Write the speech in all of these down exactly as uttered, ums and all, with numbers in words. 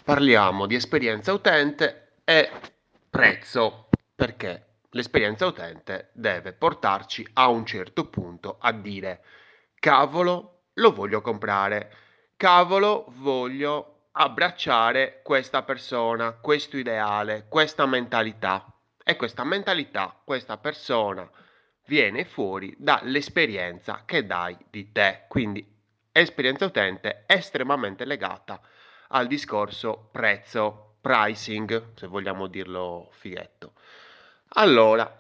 Parliamo di esperienza utente e prezzo, perché l'esperienza utente deve portarci a un certo punto a dire: cavolo, lo voglio comprare, cavolo, voglio abbracciare questa persona, questo ideale, questa mentalità. E questa mentalità, questa persona viene fuori dall'esperienza che dai di te. Quindi esperienza utente è estremamente legata al discorso prezzo, pricing, se vogliamo dirlo fighetto. Allora,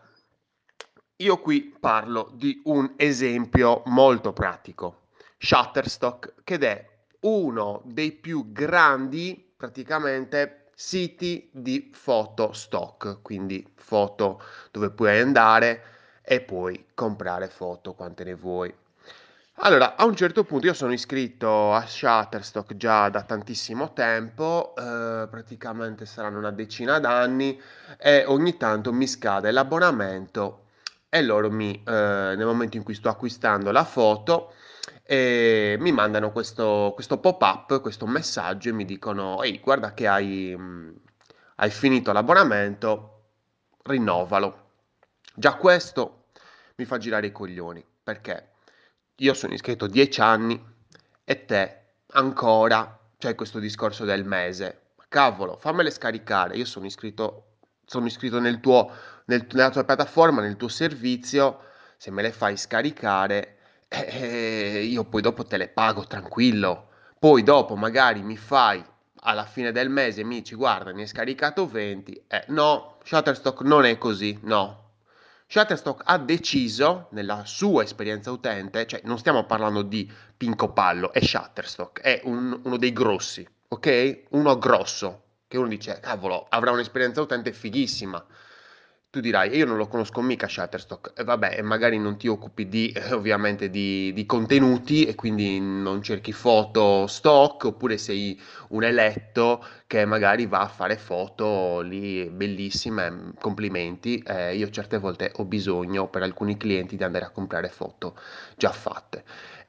io qui parlo di un esempio molto pratico, Shutterstock, che è uno dei più grandi, praticamente, siti di foto stock, quindi foto dove puoi andare e puoi comprare foto quante ne vuoi. Allora, a un certo punto io sono iscritto a Shutterstock già da tantissimo tempo, eh, praticamente saranno una decina d'anni e ogni tanto mi scade l'abbonamento e loro mi, eh, nel momento in cui sto acquistando la foto, eh, mi mandano questo, questo pop-up, questo messaggio e mi dicono: ehi, guarda che hai, mh, hai finito l'abbonamento, rinnovalo. Già questo mi fa girare i coglioni, perché io sono iscritto dieci anni e te ancora c'è questo discorso del mese. Cavolo, fammele scaricare. Io sono iscritto, sono iscritto nel tuo, nel- nella tua piattaforma, nel tuo servizio. Se me le fai scaricare, eh, eh, io poi dopo te le pago tranquillo. Poi dopo magari mi fai alla fine del mese, mi dici guarda, ne hai scaricato venti. Eh, no, Shutterstock non è così, no. Shutterstock ha deciso, nella sua esperienza utente, cioè non stiamo parlando di Pinco Pallo, è Shutterstock, è un- uno dei grossi, ok? Uno grosso, che uno dice, cavolo, avrà un'esperienza utente fighissima. Tu dirai, io non lo conosco mica Shutterstock, e vabbè, e magari non ti occupi di, eh, ovviamente, di, di contenuti e quindi non cerchi foto stock, oppure sei un eletto che magari va a fare foto lì bellissime, complimenti. Eh, io certe volte ho bisogno per alcuni clienti di andare a comprare foto già fatte.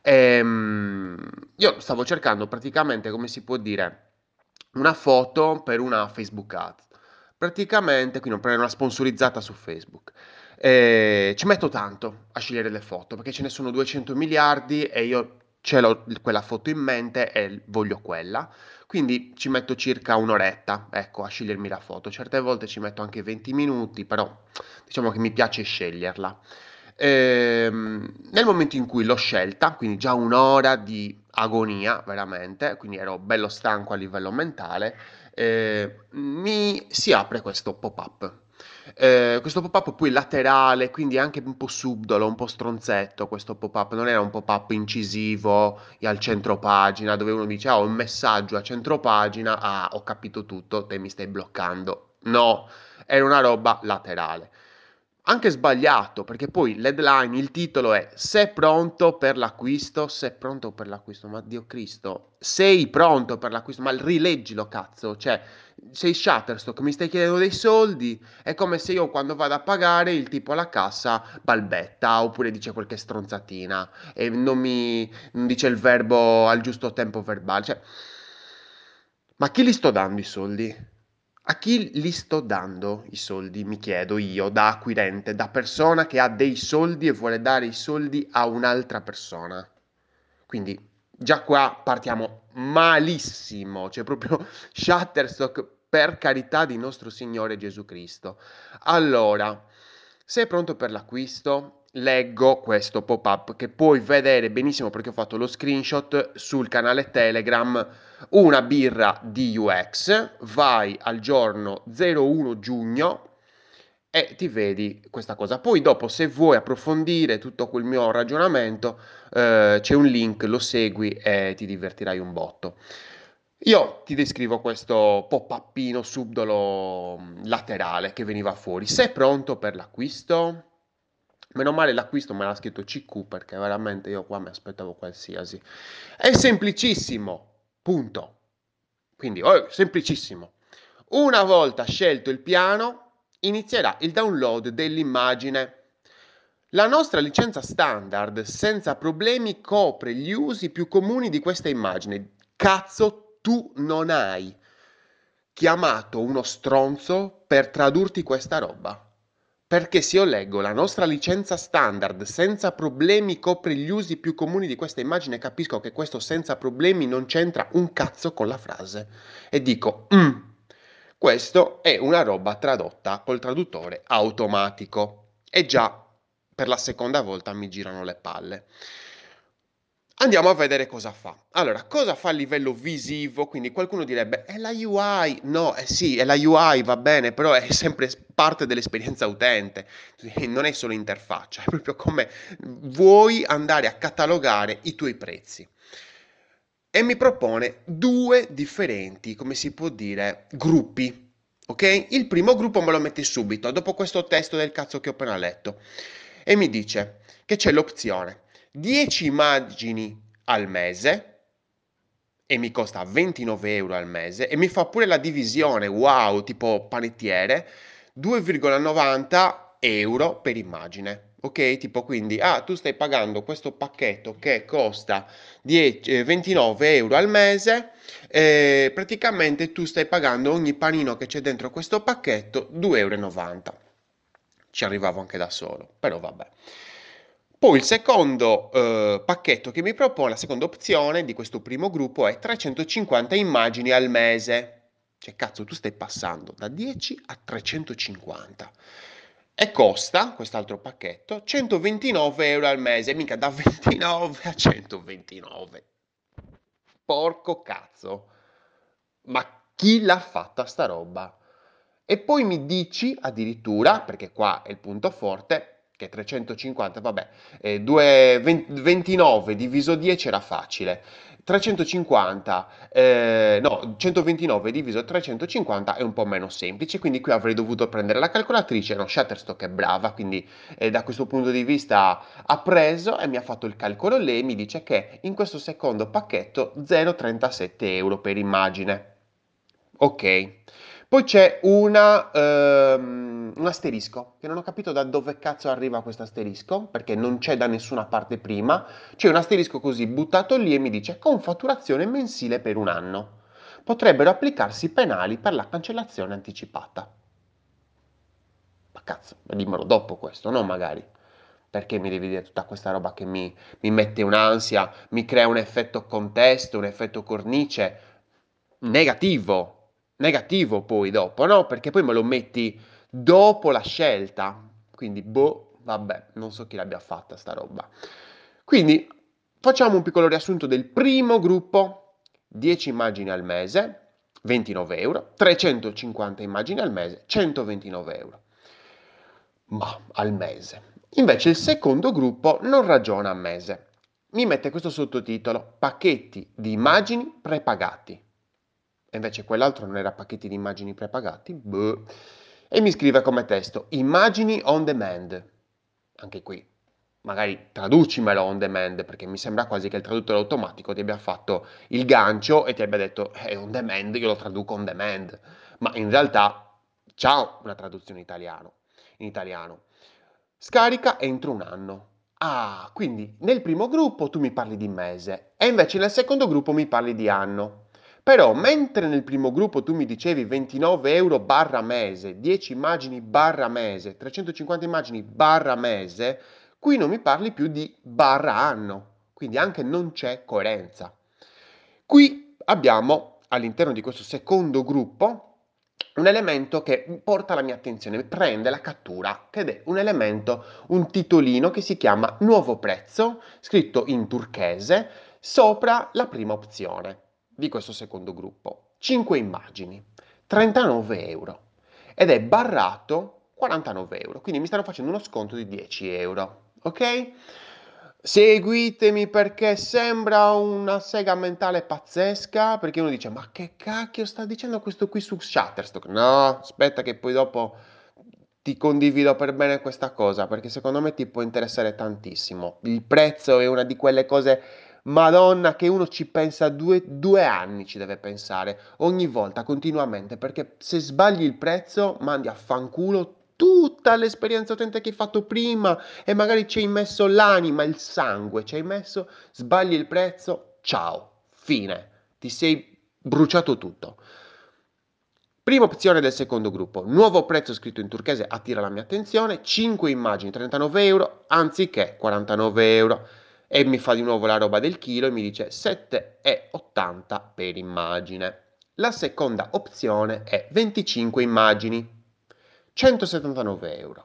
Ehm, io stavo cercando praticamente, come si può dire, una foto per una Facebook Ads. Praticamente, quindi per una sponsorizzata su Facebook. Eh, ci metto tanto a scegliere le foto perché ce ne sono duecento miliardi e io ce l'ho quella foto in mente e voglio quella. Quindi ci metto circa un'oretta, ecco, a scegliermi la foto. Certe volte ci metto anche venti minuti, però diciamo che mi piace sceglierla. Ehm, nel momento in cui l'ho scelta, quindi già un'ora di agonia, veramente, quindi ero bello stanco a livello mentale, eh, mi si apre questo pop-up. Eh, questo pop-up poi laterale, quindi anche un po' subdolo, un po' stronzetto questo pop-up, non era un pop-up incisivo e al centro pagina dove uno dice: ah, ho un messaggio a centro pagina, ah, ho capito tutto, te mi stai bloccando. No, era una roba laterale. Anche sbagliato, perché poi l'headline, il titolo è "Sei pronto per l'acquisto?" Sei pronto per l'acquisto? Ma Dio Cristo, sei pronto per l'acquisto? Ma rileggilo, cazzo, cioè, sei Shutterstock, mi stai chiedendo dei soldi? È come se io quando vado a pagare il tipo alla cassa balbetta oppure dice qualche stronzatina e non mi non dice il verbo al giusto tempo verbale. Cioè, ma a chi li sto dando i soldi? A chi li sto dando i soldi? Mi chiedo io, da acquirente, da persona che ha dei soldi e vuole dare i soldi a un'altra persona. Quindi già qua partiamo malissimo, cioè proprio Shutterstock per carità di nostro Signore Gesù Cristo. Allora, sei pronto per l'acquisto? Leggo questo pop-up che puoi vedere benissimo perché ho fatto lo screenshot sul canale Telegram. Una birra di U X, vai al giorno zero uno giugno e ti vedi questa cosa. Poi dopo, se vuoi approfondire tutto quel mio ragionamento, eh, c'è un link, lo segui e ti divertirai un botto. Io ti descrivo questo pop-upino subdolo mh, laterale che veniva fuori. Sei pronto per l'acquisto? Meno male l'acquisto me l'ha scritto C Q perché veramente io qua mi aspettavo qualsiasi. È semplicissimo, punto. Quindi, oh, semplicissimo. Una volta scelto il piano, inizierà il download dell'immagine. La nostra licenza standard senza problemi copre gli usi più comuni di questa immagine. Cazzo, tu non hai. chiamato uno stronzo per tradurti questa roba. Perché se io leggo la nostra licenza standard senza problemi copre gli usi più comuni di questa immagine, capisco che questo senza problemi non c'entra un cazzo con la frase. E dico, mm, questo è una roba tradotta col traduttore automatico. E già per la seconda volta mi girano le palle. Andiamo a vedere cosa fa. Allora, cosa fa a livello visivo? Quindi qualcuno direbbe, è la U I. No, eh sì, è la U I, va bene, però è sempre parte dell'esperienza utente. Non è solo interfaccia, è proprio come vuoi andare a catalogare i tuoi prezzi. E mi propone due differenti, come si può dire, gruppi. Ok? Il primo gruppo me lo metti subito, dopo questo testo del cazzo che ho appena letto. E mi dice che c'è l'opzione dieci immagini al mese e mi costa ventinove euro al mese e mi fa pure la divisione, wow, tipo panettiere, due virgola novanta euro per immagine. Ok, tipo quindi, ah, tu stai pagando questo pacchetto che costa dieci, eh, ventinove euro al mese, eh, praticamente tu stai pagando ogni panino che c'è dentro questo pacchetto due virgola novanta euro. Ci arrivavo anche da solo, però vabbè. Poi il secondo eh, pacchetto che mi propone, la seconda opzione di questo primo gruppo è trecentocinquanta immagini al mese. Cioè, cazzo, tu stai passando da dieci a trecentocinquanta. E costa, quest'altro pacchetto, centoventinove euro al mese. Mica da ventinove a centoventinove. Porco cazzo. Ma chi l'ha fatta sta roba? E poi mi dici addirittura, perché qua è il punto forte, che trecentocinquanta, vabbè, eh, due, venti ventinove diviso dieci era facile. trecentocinquanta, eh, no, centoventinove diviso trecentocinquanta è un po' meno semplice, quindi qui avrei dovuto prendere la calcolatrice, no, Shutterstock è brava, quindi eh, da questo punto di vista ha preso e mi ha fatto il calcolo lei, mi dice che in questo secondo pacchetto zero virgola trentasette euro per immagine. Ok. Poi c'è una, ehm, un asterisco, che non ho capito da dove cazzo arriva questo asterisco, perché non c'è da nessuna parte prima. C'è un asterisco così buttato lì e mi dice con fatturazione mensile per un anno. Potrebbero applicarsi penali per la cancellazione anticipata. Ma cazzo, ma dimmelo dopo questo, no magari. Perché mi devi dire tutta questa roba che mi, mi mette un'ansia, mi crea un effetto contesto, un effetto cornice negativo, negativo poi dopo, no? Perché poi me lo metti dopo la scelta. Quindi, boh, vabbè, non so chi l'abbia fatta sta roba. Quindi, facciamo un piccolo riassunto del primo gruppo, dieci immagini al mese, ventinove euro, trecentocinquanta immagini al mese, centoventinove euro. Ma al mese. Invece il secondo gruppo non ragiona a mese. Mi mette questo sottotitolo, pacchetti di immagini prepagati. E invece quell'altro non era pacchetti di immagini prepagati. Boh. E mi scrive come testo, immagini on demand. Anche qui, magari traducimelo on demand, perché mi sembra quasi che il traduttore automatico ti abbia fatto il gancio e ti abbia detto, è on demand, io lo traduco on demand. Ma in realtà, ciao, una traduzione italiano in italiano. Scarica entro un anno. Ah, quindi nel primo gruppo tu mi parli di mese e invece nel secondo gruppo mi parli di anno. Però mentre nel primo gruppo tu mi dicevi ventinove euro barra mese, dieci immagini barra mese, trecentocinquanta immagini barra mese, qui non mi parli più di barra anno. Quindi anche non c'è coerenza. Qui abbiamo all'interno di questo secondo gruppo un elemento che porta la mia attenzione, prende la cattura, che è un elemento, un titolino che si chiama nuovo prezzo, scritto in turchese, sopra la prima opzione di questo secondo gruppo. cinque immagini, trentanove euro ed è barrato quarantanove euro, quindi mi stanno facendo uno sconto di dieci euro, ok? Seguitemi perché sembra una sega mentale pazzesca, perché uno dice, ma che cacchio sta dicendo questo qui su Shutterstock? No, aspetta che poi dopo ti condivido per bene questa cosa, perché secondo me ti può interessare tantissimo. Il prezzo è una di quelle cose, Madonna, che uno ci pensa due, due anni, ci deve pensare, ogni volta, continuamente, perché se sbagli il prezzo, mandi a fanculo tutta l'esperienza utente che hai fatto prima e magari ci hai messo l'anima, il sangue, ci hai messo, sbagli il prezzo, ciao, fine, ti sei bruciato tutto. Prima opzione del secondo gruppo, nuovo prezzo scritto in turchese attira la mia attenzione, cinque immagini, trentanove euro anziché quarantanove euro. E mi fa di nuovo la roba del chilo e mi dice sette e ottanta per immagine. La seconda opzione è venticinque immagini, centosettantanove euro,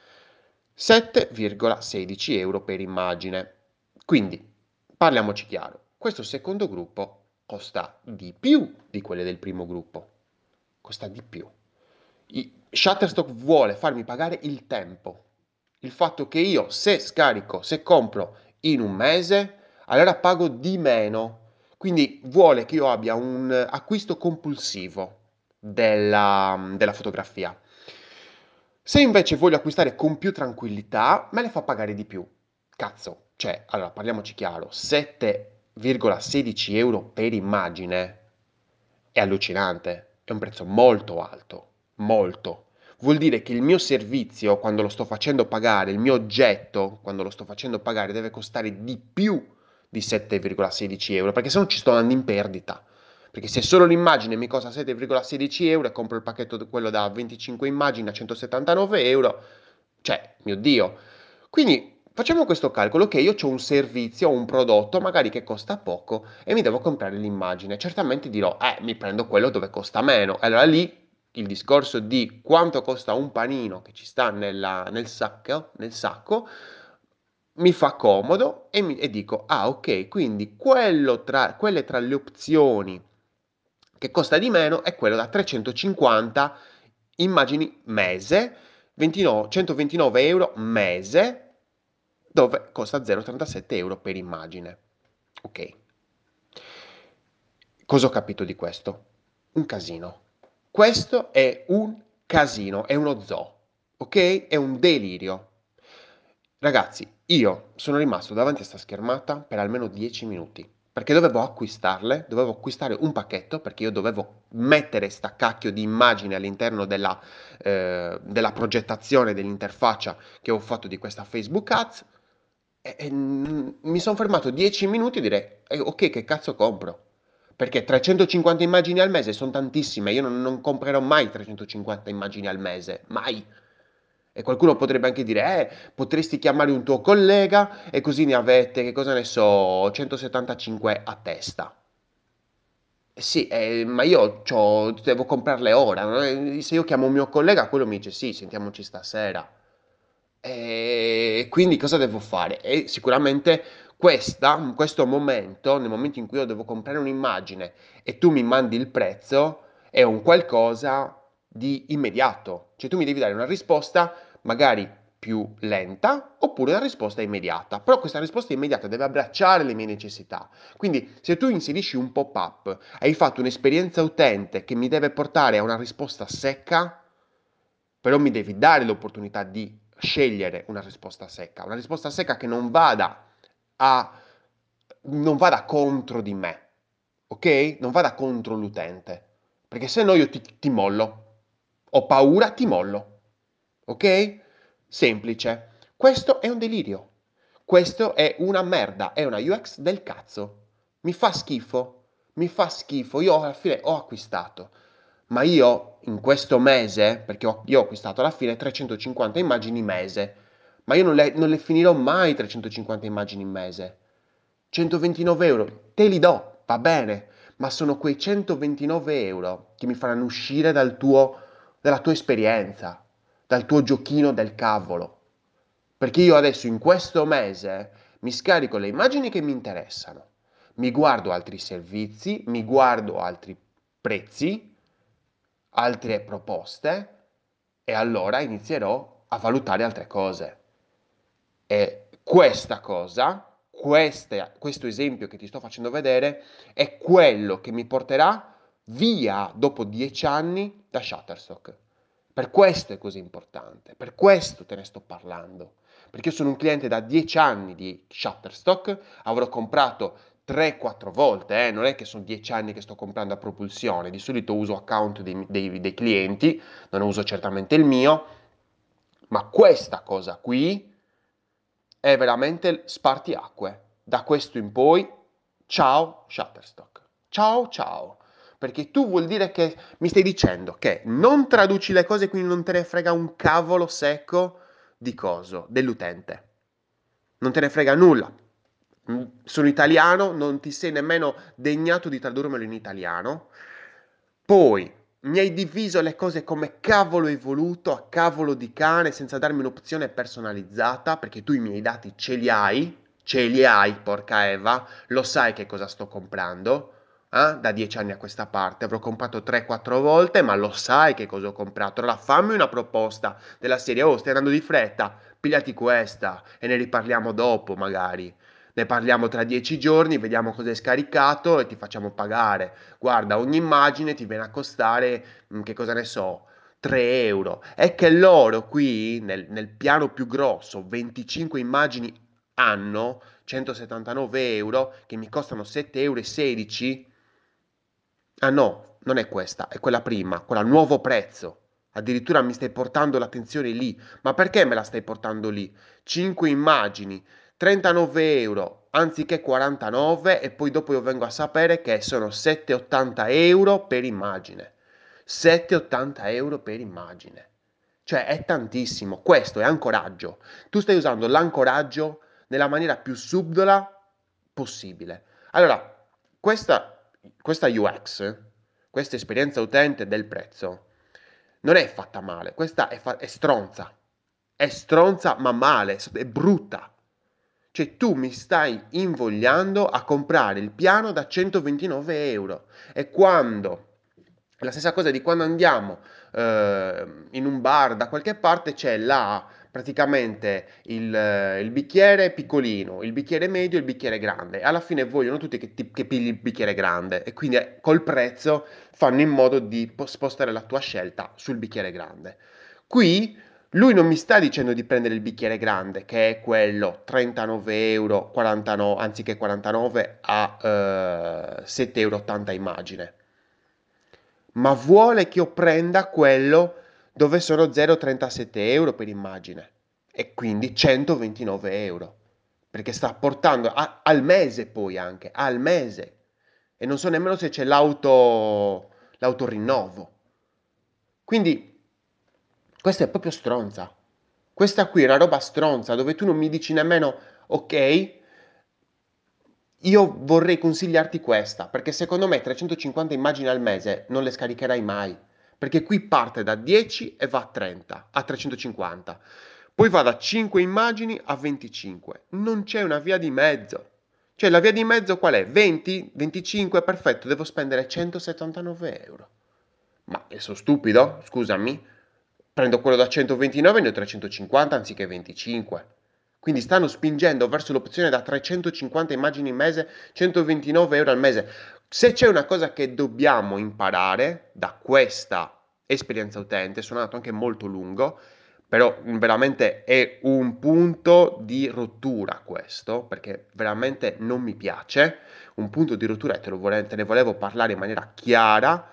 sette virgola sedici euro per immagine. Quindi, parliamoci chiaro, questo secondo gruppo costa di più di quelle del primo gruppo. Costa di più. I- Shutterstock vuole farmi pagare il tempo. Il fatto che io, se scarico, se compro in un mese, allora pago di meno. Quindi vuole che io abbia un acquisto compulsivo della, della fotografia. Se invece voglio acquistare con più tranquillità, me le fa pagare di più. Cazzo, cioè, allora parliamoci chiaro, sette virgola sedici euro per immagine è allucinante, è un prezzo molto alto, molto. Vuol dire che il mio servizio, quando lo sto facendo pagare, il mio oggetto, quando lo sto facendo pagare, deve costare di più di sette virgola sedici euro, perché se no ci sto andando in perdita. Perché se solo l'immagine mi costa sette virgola sedici euro e compro il pacchetto, quello da venticinque immagini a centosettantanove euro, cioè, mio Dio. Quindi facciamo questo calcolo che io ho un servizio o un prodotto magari che costa poco e mi devo comprare l'immagine. Certamente dirò, eh, mi prendo quello dove costa meno. Allora lì il discorso di quanto costa un panino che ci sta nella- nel sacco, nel sacco mi fa comodo e, mi- e dico, ah ok, quindi quello tra, quelle tra le opzioni che costa di meno è quello da trecentocinquanta immagini mese, ventinove centoventinove euro mese, dove costa zero virgola trentasette euro per immagine. Ok. Cosa ho capito di questo? Un casino. Questo è un casino, è uno zoo, ok? È un delirio. Ragazzi, io sono rimasto davanti a sta schermata per almeno dieci minuti, perché dovevo acquistarle, dovevo acquistare un pacchetto, perché io dovevo mettere sta cacchio di immagine all'interno della, eh, della progettazione dell'interfaccia che ho fatto di questa Facebook Ads, e, e, mm, mi sono fermato dieci minuti e direi, eh, ok, che cazzo compro? Perché trecentocinquanta immagini al mese sono tantissime, io non, non comprerò mai trecentocinquanta immagini al mese, mai. E qualcuno potrebbe anche dire, eh, potresti chiamare un tuo collega e così ne avete, che cosa ne so, centosettantacinque a testa. Eh sì, eh, ma io c'ho- devo comprarle ora. Non è- Se io chiamo un mio collega, quello mi dice sì, sentiamoci stasera. E quindi cosa devo fare? E sicuramente questa, questo momento, nel momento in cui io devo comprare un'immagine e tu mi mandi il prezzo, è un qualcosa di immediato. Cioè tu mi devi dare una risposta magari più lenta oppure una risposta immediata. Però questa risposta immediata deve abbracciare le mie necessità. Quindi se tu inserisci un pop-up, hai fatto un'esperienza utente che mi deve portare a una risposta secca, però mi devi dare l'opportunità di scegliere una risposta secca, una risposta secca che non vada a, non vada contro di me, ok? Non vada contro l'utente, perché se no io ti, ti mollo, ho paura, ti mollo, ok? Semplice. Questo è un delirio. Questo è una merda, è una U X del cazzo. Mi fa schifo, mi fa schifo. Io alla fine ho acquistato, ma io in questo mese, perché ho, io ho acquistato alla fine trecentocinquanta immagini mese, ma io non le, non le finirò mai trecentocinquanta immagini in mese. centoventinove euro, te li do, va bene, ma sono quei centoventinove euro che mi faranno uscire dal tuo, dalla tua esperienza, dal tuo giochino del cavolo. Perché io adesso in questo mese mi scarico le immagini che mi interessano, mi guardo altri servizi, mi guardo altri prezzi, altre proposte e allora inizierò a valutare altre cose. E questa cosa, queste- questo esempio che ti sto facendo vedere, è quello che mi porterà via dopo dieci anni da Shutterstock. Per questo è così importante, per questo te ne sto parlando. Perché io sono un cliente da dieci anni di Shutterstock, avrò comprato tre quattro volte, eh, non è che sono dieci anni che sto comprando a propulsione, di solito uso account dei, dei- dei clienti, non uso certamente il mio, ma questa cosa qui è veramente spartiacque. Da questo in poi, ciao Shutterstock. Ciao ciao. perché tu vuol dire che mi stai dicendo che non traduci le cose, quindi non te ne frega un cavolo secco di coso, dell'utente. Non te ne frega nulla. Mm, Sono italiano, non ti sei nemmeno degnato di tradurmelo in italiano. Poi mi hai diviso le cose come cavolo hai voluto, a cavolo di cane, senza darmi un'opzione personalizzata, perché tu i miei dati ce li hai, ce li hai, porca Eva, lo sai che cosa sto comprando, eh? Da dieci anni a questa parte, avrò comprato tre quattro volte, ma lo sai che cosa ho comprato. Allora fammi una proposta della serie, oh, stai andando di fretta, pigliati questa e ne riparliamo dopo, magari. Ne parliamo tra dieci giorni, vediamo cosa hai scaricato e ti facciamo pagare. Guarda, ogni immagine ti viene a costare, mm, che cosa ne so, tre euro. È che loro qui, nel, nel piano più grosso, venticinque immagini anno, centosettantanove euro, che mi costano sette euro e sedici. Ah no, non è questa, è quella prima, quella a nuovo prezzo. Addirittura mi stai portando l'attenzione lì. Ma perché me la stai portando lì? cinque immagini, trentanove euro anziché quarantanove, e poi dopo io vengo a sapere che sono sette virgola ottanta euro per immagine. sette virgola ottanta euro per immagine. Cioè è tantissimo. Questo è ancoraggio. Tu stai usando l'ancoraggio nella maniera più subdola possibile. Allora, questa, questa U X, questa esperienza utente del prezzo, non è fatta male, questa è, fa- è stronza. È stronza ma male, è brutta. Cioè tu mi stai invogliando a comprare il piano da centoventinove euro, e quando, la stessa cosa di quando andiamo eh, in un bar da qualche parte, c'è là praticamente il, eh, il bicchiere piccolino, il bicchiere medio e il bicchiere grande. Alla fine vogliono tutti che, ti, che pigli il bicchiere grande, e quindi eh, col prezzo fanno in modo di po- spostare la tua scelta sul bicchiere grande. Qui lui non mi sta dicendo di prendere il bicchiere grande, che è quello trentanove euro, quarantanove, anziché quarantanove, a eh, sette euro e ottanta immagine, ma vuole che io prenda quello dove sono zero virgola trentasette euro per immagine, e quindi centoventinove euro, perché sta portando a- al mese, poi anche al mese, e non so nemmeno se c'è l'auto l'autorinnovo. Quindi questa è proprio stronza. Questa qui è una roba stronza, dove tu non mi dici nemmeno, ok, io vorrei consigliarti questa, perché secondo me trecentocinquanta immagini al mese non le scaricherai mai, perché qui parte da dieci e va a trenta, a trecentocinquanta, poi va da cinque immagini a venticinque, non c'è una via di mezzo. Cioè la via di mezzo qual è? venti? venticinque? Perfetto, devo spendere centosettantanove euro. Ma io sono stupido? Scusami. Prendo quello da centoventinove e ne ho trecentocinquanta anziché venticinque. Quindi stanno spingendo verso l'opzione da trecentocinquanta immagini al mese, centoventinove euro al mese. Se c'è una cosa che dobbiamo imparare da questa esperienza utente, sono andato anche molto lungo, però veramente è un punto di rottura questo, perché veramente non mi piace, un punto di rottura, e te, lo vole- te ne volevo parlare in maniera chiara.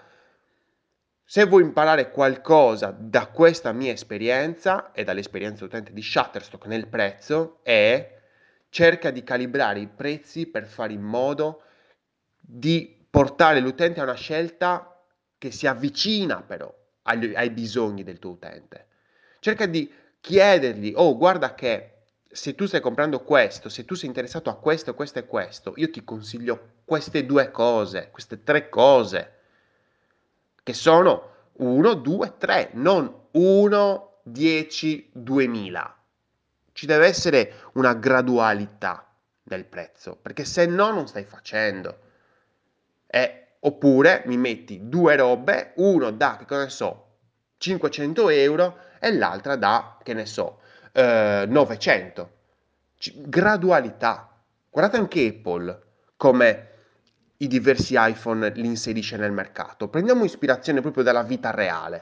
Se vuoi imparare qualcosa da questa mia esperienza e dall'esperienza utente di Shutterstock nel prezzo, è cerca di calibrare i prezzi per fare in modo di portare l'utente a una scelta che si avvicina però agli- ai bisogni del tuo utente. Cerca di chiedergli, oh, guarda che se tu stai comprando questo, se tu sei interessato a questo, questo e questo, io ti consiglio queste due cose, queste tre cose, che sono uno, due, tre, non uno, dieci, duemila. Ci deve essere una gradualità del prezzo, perché se no non stai facendo. Eh, oppure mi metti due robe, uno da, che cosa ne so, cinquecento euro, e l'altra da, che ne so, eh, novecento. C- gradualità. Guardate anche Apple come i diversi iPhone li inserisce nel mercato. Prendiamo ispirazione proprio dalla vita reale.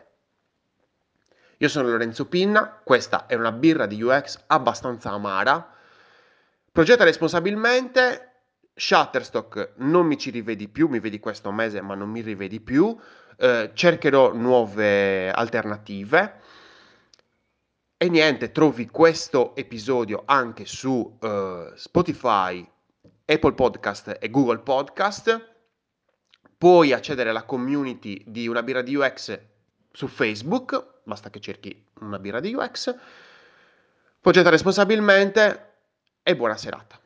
Io sono Lorenzo Pinna, questa è una birra di U X abbastanza amara. Progetta responsabilmente. Shutterstock non mi ci rivedi più, mi vedi questo mese ma non mi rivedi più. Eh, cercherò nuove alternative. E niente, trovi questo episodio anche su eh, Spotify, Apple Podcast e Google Podcast. Puoi accedere alla community di Una birra di U X su Facebook, basta che cerchi Una birra di U X. Progetta responsabilmente e buona serata.